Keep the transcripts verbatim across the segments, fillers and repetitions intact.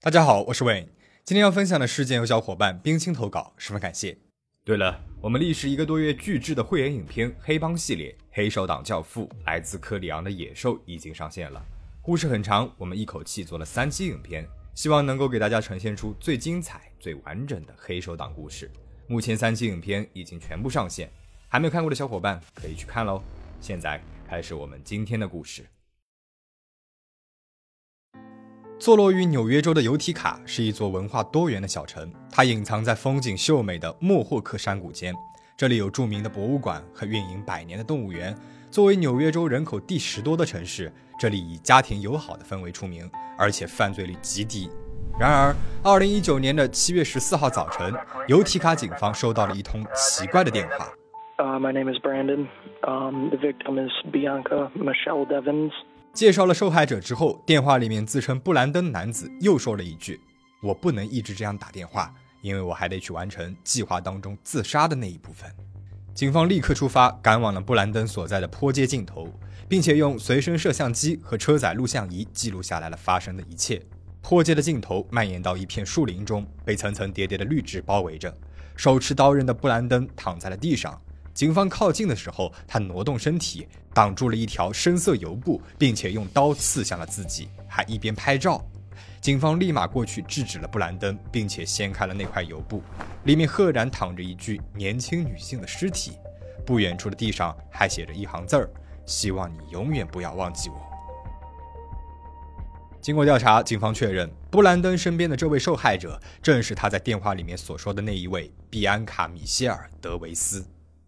大家好，我是 Wayne。今天要分享的事件由小伙伴冰清投稿，十分感谢。对了，我们历时一个多月巨制的会员影片《黑帮系列：黑手党教父来自克里昂的野兽》已经上线了。故事很长，我们一口气做了三期影片，希望能够给大家呈现出最精彩、最完整的黑手党故事。目前三期影片已经全部上线，还没有看过的小伙伴可以去看咯。现在开始我们今天的故事。坐落于纽约州的尤提卡是一座文化多元的小城，它隐藏在风景秀美的莫霍克山谷间。这里有著名的博物馆和运营百年的动物园。作为纽约州人口第十多的城市，这里以家庭友好的氛围出名，而且犯罪率极低。然而二零一九年的七月十四号早晨，尤提卡警方收到了一通奇怪的电话。 Uh, my name is Brandon. Um, the victim is Bianca Michelle Devins. 介绍了受害者之后，电话里面自称布兰登的男子又说了一句：我不能一直这样打电话，因为我还得去完成计划当中自杀的那一部分。警方立刻出发，赶往了布兰登所在的坡街尽头，并且用随身摄像机和车载录像仪记录下来了发生的一切。坡街的尽头蔓延到一片树林中，被层层叠叠的绿植包围着。手持刀刃的布兰登躺在了地上，警方靠近的时候，他挪动身体挡住了一条深色油布，并且用刀刺向了自己，还一边拍照。警方立马过去制止了布兰登，并且掀开了那块油布，里面赫然躺着一具年轻女性的尸体。不远处的地上还写着一行字儿：希望你永远不要忘记我。经过调查，警方确认布兰登身边的这位受害者正是他在电话里面所说的那一位比安卡·米歇尔·德维斯。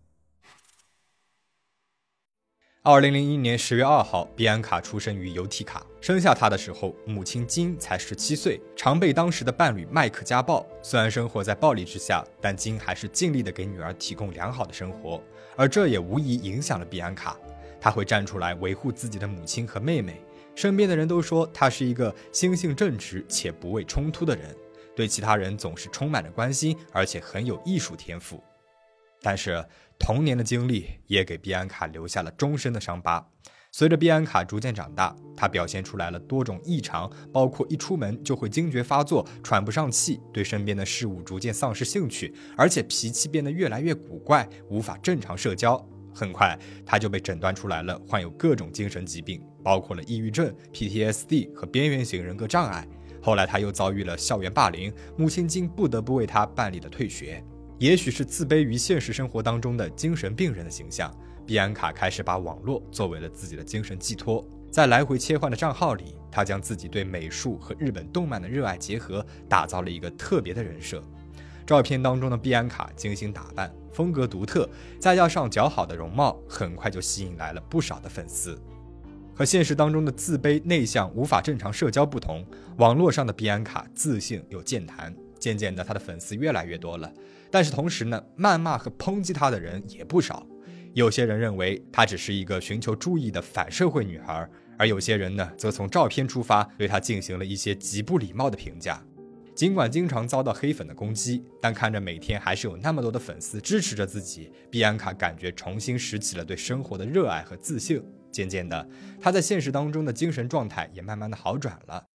二零零一年十月二号，比安卡出生于尤提卡。生下她的时候，母亲金才十七岁，常被当时的伴侣麦克家暴。虽然生活在暴力之下，但金还是尽力的给女儿提供良好的生活，而这也无疑影响了比安卡。她会站出来维护自己的母亲和妹妹，身边的人都说她是一个心性正直且不畏冲突的人，对其他人总是充满着关心，而且很有艺术天赋。但是童年的经历也给比安卡留下了终身的伤疤。随着比安卡逐渐长大，她表现出来了多种异常，包括一出门就会惊厥发作，喘不上气，对身边的事物逐渐丧失兴趣，而且脾气变得越来越古怪，无法正常社交。很快她就被诊断出来了患有各种精神疾病，包括了抑郁症、P T S D 和边缘型人格障碍。后来她又遭遇了校园霸凌，母亲金不得不为她办理了退学。也许是自卑于现实生活当中的精神病人的形象，比安卡开始把网络作为了自己的精神寄托。在来回切换的账号里，他将自己对美术和日本动漫的热爱结合，打造了一个特别的人设。照片当中的比安卡精心打扮，风格独特，再加上姣好的容貌，很快就吸引来了不少的粉丝。和现实当中的自卑内向无法正常社交不同，网络上的比安卡自信又健谈，渐渐的他的粉丝越来越多了。但是同时呢，谩骂和抨击她的人也不少。有些人认为她只是一个寻求注意的反社会女孩，而有些人呢，则从照片出发，对她进行了一些极不礼貌的评价。尽管经常遭到黑粉的攻击，但看着每天还是有那么多的粉丝支持着自己，比安卡感觉重新拾起了对生活的热爱和自信。渐渐的，她在现实当中的精神状态也慢慢的好转了。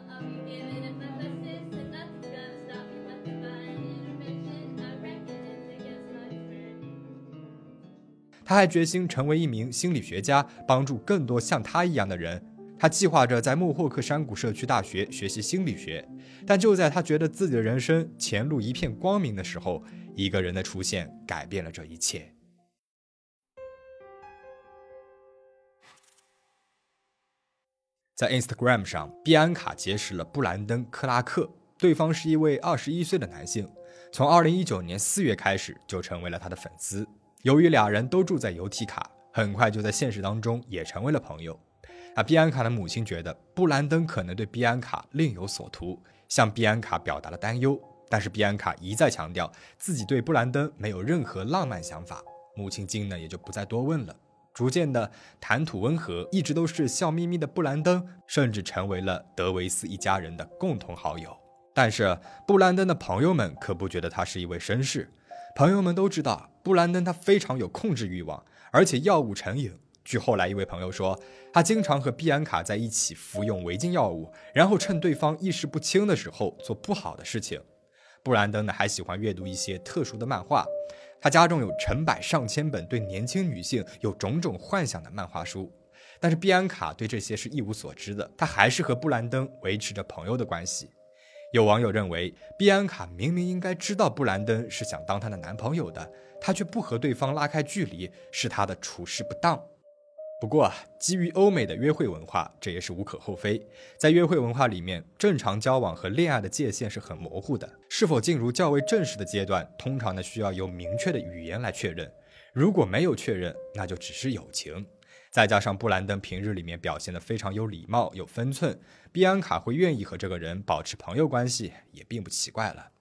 他还决心成为一名心理学家，帮助更多像他一样的人。他计划着在莫霍克山谷社区大学学习心理学，但就在他觉得自己的人生前路一片光明的时候，一个人的出现改变了这一切。在 Instagram 上，比安卡结识了布兰登·克拉克，对方是一位二十一岁的男性，从二零一九年四月开始就成为了他的粉丝。由于俩人都住在尤提卡，很快就在现实当中也成为了朋友。而比安卡的母亲觉得布兰登可能对比安卡另有所图，向比安卡表达了担忧，但是比安卡一再强调自己对布兰登没有任何浪漫想法，母亲金呢也就不再多问了。逐渐的谈吐温和，一直都是笑眯眯的布兰登甚至成为了德维斯一家人的共同好友。但是布兰登的朋友们可不觉得他是一位绅士，朋友们都知道布兰登他非常有控制欲望，而且药物成瘾， 据后来一位朋友说，他经常和碧安卡在一起服用违禁药物，然后趁对方意识不清的时候做不好的事情。布兰登呢还喜欢阅读一些特殊的漫画，他家中有成百上千本对年轻女性有种种幻想的漫画书。但是碧安卡对这些是一无所知的，她还是和布兰登维持着朋友的关系。有网友认为，碧安卡明明应该知道布兰登是想当她的男朋友的，她却不和对方拉开距离，是她的处事不当。不过基于欧美的约会文化，这也是无可厚非。在约会文化里面，正常交往和恋爱的界限是很模糊的，是否进入较为正式的阶段，通常呢需要用明确的语言来确认。如果没有确认，那就只是友情。再加上布兰登平日里面表现得非常有礼貌有分寸，碧安卡会愿意和这个人保持朋友关系也并不奇怪了。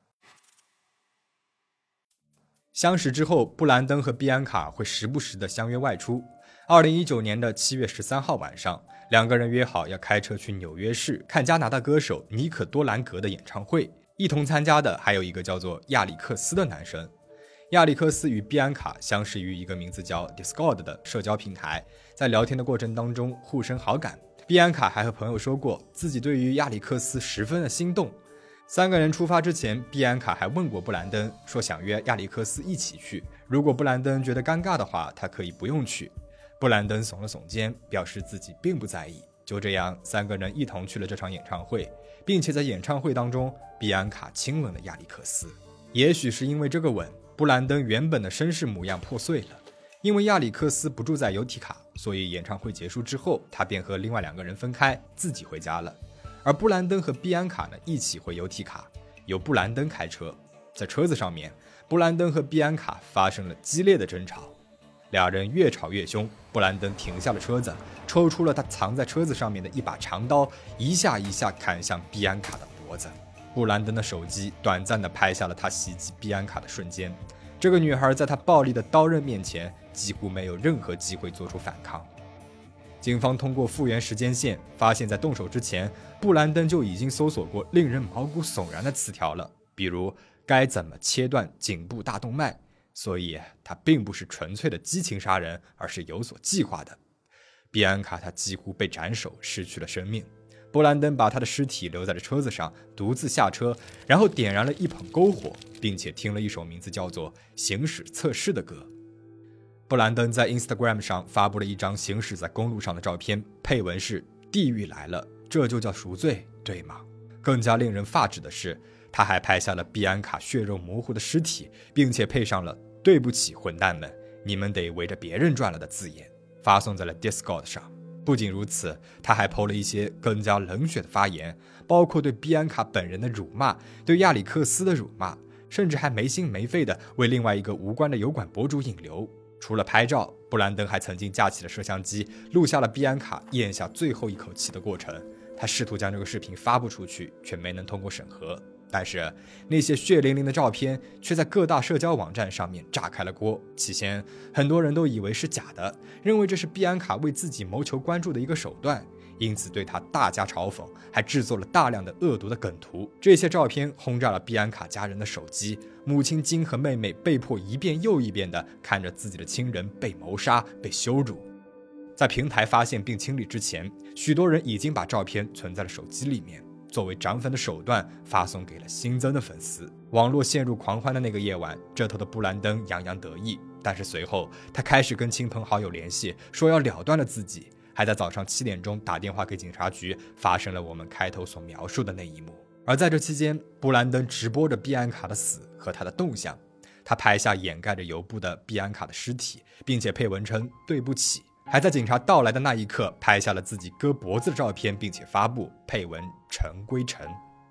相识之后，布兰登和碧安卡会时不时的相约外出。二零一九年的七月十三号晚上，两个人约好要开车去纽约市看加拿大歌手尼可多兰格的演唱会，一同参加的还有一个叫做亚里克斯的男生。亚历克斯与碧安卡相识于一个名字叫 Discord 的社交平台，在聊天的过程当中互生好感。碧安卡还和朋友说过自己对于亚历克斯十分的心动。三个人出发之前，碧安卡还问过布兰登，说想约亚历克斯一起去，如果布兰登觉得尴尬的话，他可以不用去。布兰登耸了耸肩，表示自己并不在意。就这样，三个人一同去了这场演唱会，并且在演唱会当中，碧安卡亲吻了亚历克斯。也许是因为这个吻，布兰登原本的绅士模样破碎了。因为亚里克斯不住在尤提卡，所以演唱会结束之后，他便和另外两个人分开，自己回家了。而布兰登和碧安卡呢，一起回尤提卡，由布兰登开车。在车子上面，布兰登和碧安卡发生了激烈的争吵，俩人越吵越凶。布兰登停下了车子，抽出了他藏在车子上面的一把长刀，一下一下砍向碧安卡的脖子。布兰登的手机短暂地拍下了他袭击碧安卡的瞬间。这个女孩在他暴力的刀刃面前几乎没有任何机会做出反抗。警方通过复原时间线发现，在动手之前，布兰登就已经搜索过令人毛骨悚然的词条了，比如该怎么切断颈部大动脉。所以他并不是纯粹的激情杀人，而是有所计划的。碧安卡他几乎被斩首，失去了生命。布兰登把他的尸体留在了车子上，独自下车，然后点燃了一捧篝火，并且听了一首名字叫做《行驶测试》的歌。布兰登在 Instagram 上发布了一张行驶在公路上的照片，配文是“地狱来了，这就叫赎罪，对吗？”更加令人发指的是，他还拍下了碧安卡血肉模糊的尸体，并且配上了“对不起，混蛋们，你们得围着别人转了”的字眼，发送在了 Discord 上。不仅如此，他还 po 了一些更加冷血的发言，包括对碧安卡本人的辱骂，对亚里克斯的辱骂，甚至还没心没肺地为另外一个无关的油管博主引流。除了拍照，布兰登还曾经架起了摄像机，录下了碧安卡咽下最后一口气的过程。他试图将这个视频发布出去，却没能通过审核。但是那些血淋淋的照片却在各大社交网站上面炸开了锅。起先很多人都以为是假的，认为这是碧安卡为自己谋求关注的一个手段，因此对他大加嘲讽，还制作了大量的恶毒的梗图。这些照片轰炸了碧安卡家人的手机，母亲金和妹妹被迫一遍又一遍地看着自己的亲人被谋杀被羞辱。在平台发现并清理之前，许多人已经把照片存在了手机里面，作为涨粉的手段发送给了新增的粉丝。网络陷入狂欢的那个夜晚，这头的布兰登洋洋得意，但是随后他开始跟亲朋好友联系，说要了断了自己，还在早上七点钟打电话给警察局，发生了我们开头所描述的那一幕。而在这期间，布兰登直播着碧安卡的死和他的动向，他拍下掩盖着油布的碧安卡的尸体，并且配文称对不起，还在警察到来的那一刻拍下了自己割脖子的照片，并且发布，配文尘归尘。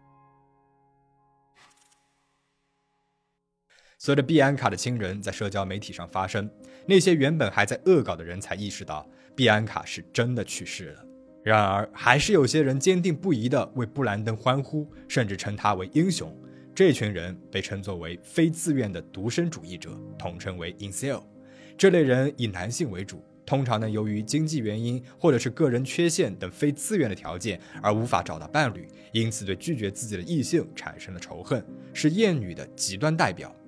随着碧安卡的亲人在社交媒体上发声，那些原本还在恶搞的人才意识到碧安卡是真的去世了。然而还是有些人坚定不移地为布兰登欢呼，甚至称他为英雄。这群人被称作为非自愿的独身主义者，统称为 incel。 这类人以男性为主，通常呢，由于经济原因或者是个人缺陷等非自愿的条件而无法找到伴侣，因此对拒绝自己的异性产生了仇恨，是厌女的极端代表。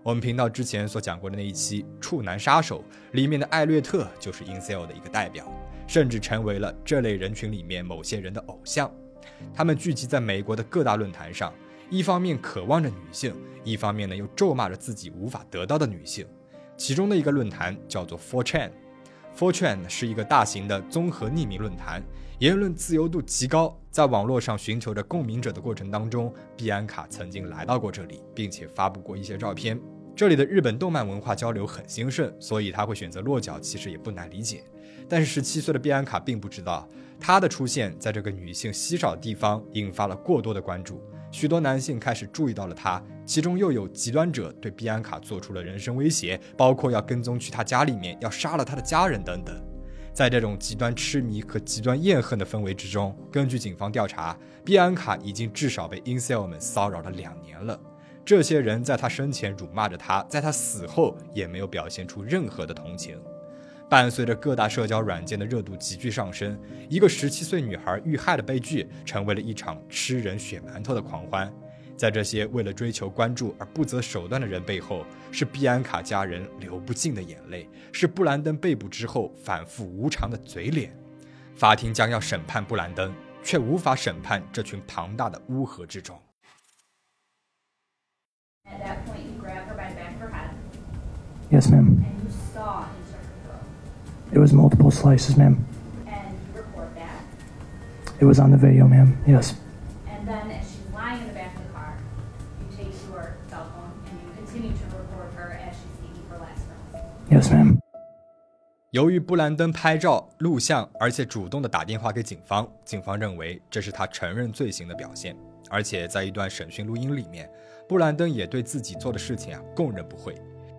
我们频道之前所讲过的那一期《处男杀手》里面的艾略特就是 incel 的一个代表，甚至成为了这类人群里面某些人的偶像。他们聚集在美国的各大论坛上，一方面渴望着女性，一方面呢又咒骂着自己无法得到的女性。其中的一个论坛叫做 four chan， four chan 是一个大型的综合匿名论坛，言论自由度极高。在网络上寻求着共鸣者的过程当中，碧安卡曾经来到过这里，并且发布过一些照片。这里的日本动漫文化交流很兴盛，所以他会选择落脚其实也不难理解。但是十七岁的碧安卡并不知道，她的出现在这个女性稀少的地方引发了过多的关注，许多男性开始注意到了她，其中又有极端者对碧安卡做出了人身威胁，包括要跟踪去她家里面，要杀了她的家人等等。在这种极端痴迷和极端厌恨的氛围之中，根据警方调查，碧安卡已经至少被 incel 们骚扰了两年了。这些人在他生前辱骂着他，在他死后也没有表现出任何的同情。伴随着各大社交软件的热度急剧上升，一个十七岁女孩遇害的悲剧成为了一场吃人血馒头的狂欢。在这些为了追求关注而不择手段的人背后，是碧安卡家人流不尽的眼泪，是布兰登被捕之后反复无常的嘴脸。法庭将要审判布兰登，却无法审判这群庞大的乌合之众。 At that point, you grabbed her by the back of her head. Yes, ma'am. And you saw into her throat. It was multiple slices, ma'am. And you record that. It was on the video, ma'am. Yes. And then as she's lying in the back of the car, you take your cell phone and you continue to record her as she's taking her last breath. Yes, ma'am. 由于布兰登拍照、录像，而且主动地打电话给警方，警方认为这是他承认罪行的表现。而且在一段审讯录音里面，布兰登也对自己做的事情啊供认不讳。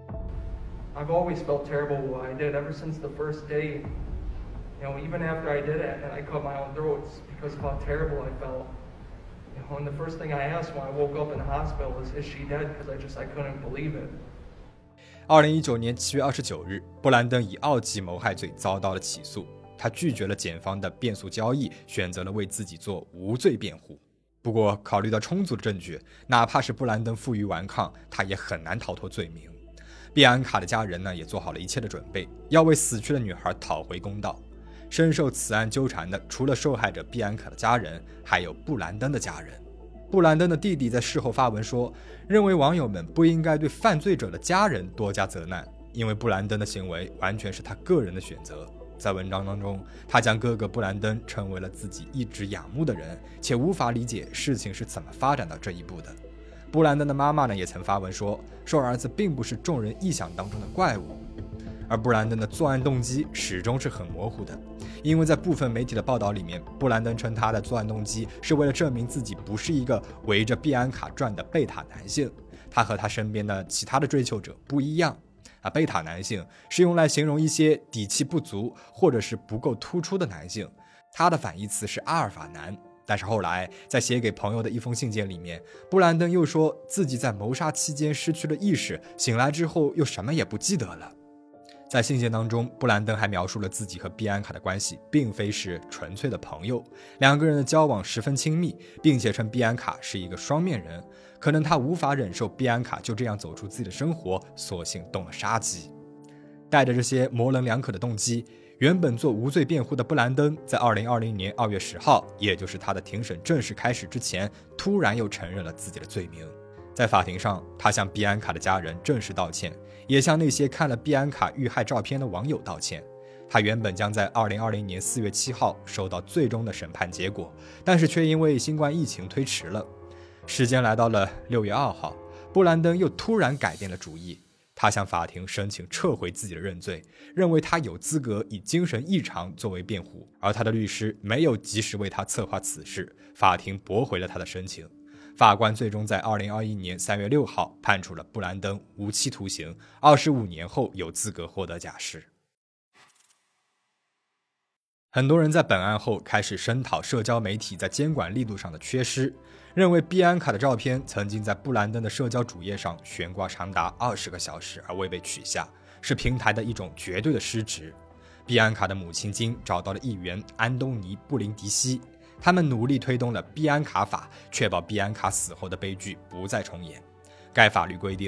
I've always felt terrible what I did ever since the first day. You know, even after I did it and I cut my own throat, it's because of how terrible I felt. You know, and the first thing I asked when I woke up in the hospital was, "Is she dead?" Because I just I couldn't believe it. 二零一九年七月二十九日，布兰登以二级谋害罪遭到了起诉。他拒绝了检方的辩诉交易，选择了为自己做无罪辩护。不过，考虑到充足的证据，哪怕是布兰登负隅顽抗，他也很难逃脱罪名。碧安卡的家人呢，也做好了一切的准备，要为死去的女孩讨回公道。深受此案纠缠的，除了受害者碧安卡的家人，还有布兰登的家人。布兰登的弟弟在事后发文说，认为网友们不应该对犯罪者的家人多加责难，因为布兰登的行为完全是他个人的选择。在文章当中，他将哥哥布兰登称为了自己一直仰慕的人，且无法理解事情是怎么发展到这一步的。布兰登的妈妈呢，也曾发文说，说儿子并不是众人臆想当中的怪物。而布兰登的作案动机始终是很模糊的，因为在部分媒体的报道里面，布兰登称他的作案动机是为了证明自己不是一个围着碧安卡转的贝塔男性，他和他身边的其他的追求者不一样。啊，贝塔男性是用来形容一些底气不足或者是不够突出的男性，他的反义词是阿尔法男。但是后来在写给朋友的一封信件里面，布兰登又说自己在谋杀期间失去了意识，醒来之后又什么也不记得了。在信件当中，布兰登还描述了自己和碧安卡的关系并非是纯粹的朋友，两个人的交往十分亲密，并且称碧安卡是一个双面人，可能他无法忍受碧安卡就这样走出自己的生活，索性动了杀机。带着这些模棱两可的动机，原本做无罪辩护的布兰登在二零二零年二月十号，也就是他的庭审正式开始之前，突然又承认了自己的罪名。在法庭上，他向碧安卡的家人正式道歉，也向那些看了碧安卡遇害照片的网友道歉。他原本将在二零二零年四月七号收到最终的审判结果，但是却因为新冠疫情推迟了。时间来到了六月二号，布兰登又突然改变了主意，他向法庭申请撤回自己的认罪，认为他有资格以精神异常作为辩护，而他的律师没有及时为他策划此事，法庭驳回了他的申请。法官最终在二零二一年三月六号判处了布兰登无期徒刑，二十五年后有资格获得假释。很多人在本案后开始声讨社交媒体在监管力度上的缺失，认为碧安卡的照片曾经在布兰登的社交主页上悬挂长达二十个小时而未被取下，是平台的一种绝对的失职。碧安卡的母亲金找到了议员安东尼·布林迪西，他们努力推动了碧安卡法，确保碧安卡死后的悲剧不再重演。该法律规定，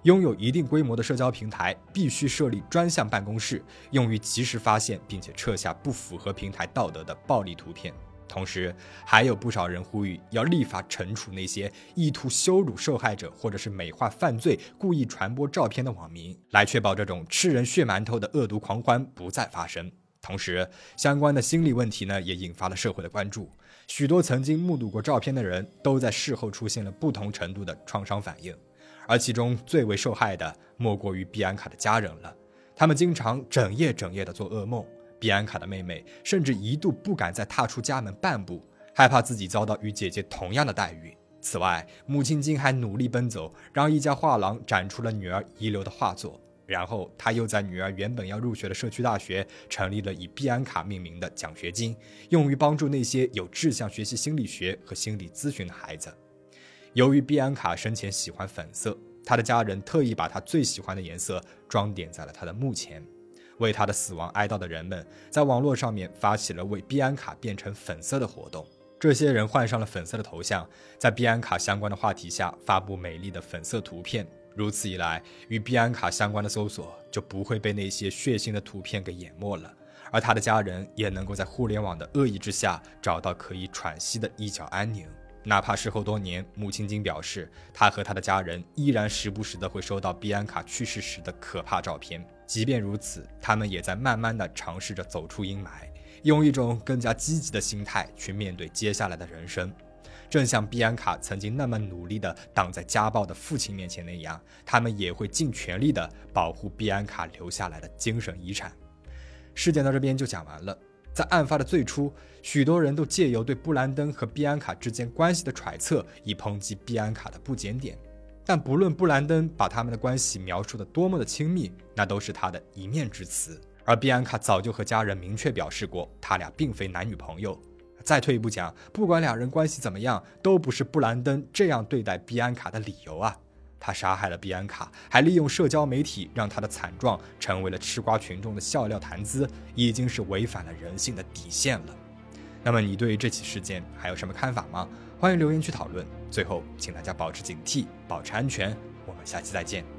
拥有一定规模的社交平台必须设立专项办公室，用于及时发现并且撤下不符合平台道德的暴力图片。同时，还有不少人呼吁要立法惩处那些意图羞辱受害者或者是美化犯罪、故意传播照片的网民，来确保这种吃人血馒头的恶毒狂欢不再发生。同时，相关的心理问题呢，也引发了社会的关注。许多曾经目睹过照片的人都在事后出现了不同程度的创伤反应，而其中最为受害的莫过于碧安卡的家人了。他们经常整夜整夜地做噩梦，碧安卡的妹妹甚至一度不敢再踏出家门半步，害怕自己遭到与姐姐同样的待遇。此外，母亲金还努力奔走，让一家画廊展出了女儿遗留的画作。然后他又在女儿原本要入学的社区大学成立了以碧安卡命名的奖学金，用于帮助那些有志向学习心理学和心理咨询的孩子。由于碧安卡生前喜欢粉色，他的家人特意把他最喜欢的颜色装点在了他的墓前。为他的死亡哀悼的人们在网络上面发起了为碧安卡变成粉色的活动。这些人换上了粉色的头像，在碧安卡相关的话题下发布美丽的粉色图片。如此一来，与碧安卡相关的搜索就不会被那些血腥的图片给淹没了，而他的家人也能够在互联网的恶意之下找到可以喘息的一角安宁。哪怕事后多年，母亲金表示，他和他的家人依然时不时的会收到碧安卡去世时的可怕照片。即便如此，他们也在慢慢的尝试着走出阴霾，用一种更加积极的心态去面对接下来的人生。正像碧安卡曾经那么努力地挡在家暴的父亲面前那样，他们也会尽全力地保护碧安卡留下来的精神遗产。事件到这边就讲完了。在案发的最初，许多人都借由对布兰登和碧安卡之间关系的揣测，以抨击碧安卡的不检点。但不论布兰登把他们的关系描述得多么的亲密，那都是他的一面之词。而碧安卡早就和家人明确表示过，他俩并非男女朋友。再退一步讲，不管两人关系怎么样，都不是布兰登这样对待碧安卡的理由啊。他杀害了碧安卡，还利用社交媒体让他的惨状成为了吃瓜群众的笑料谈资，已经是违反了人性的底线了。那么你对于这起事件还有什么看法吗？欢迎留言区讨论。最后，请大家保持警惕，保持安全。我们下期再见。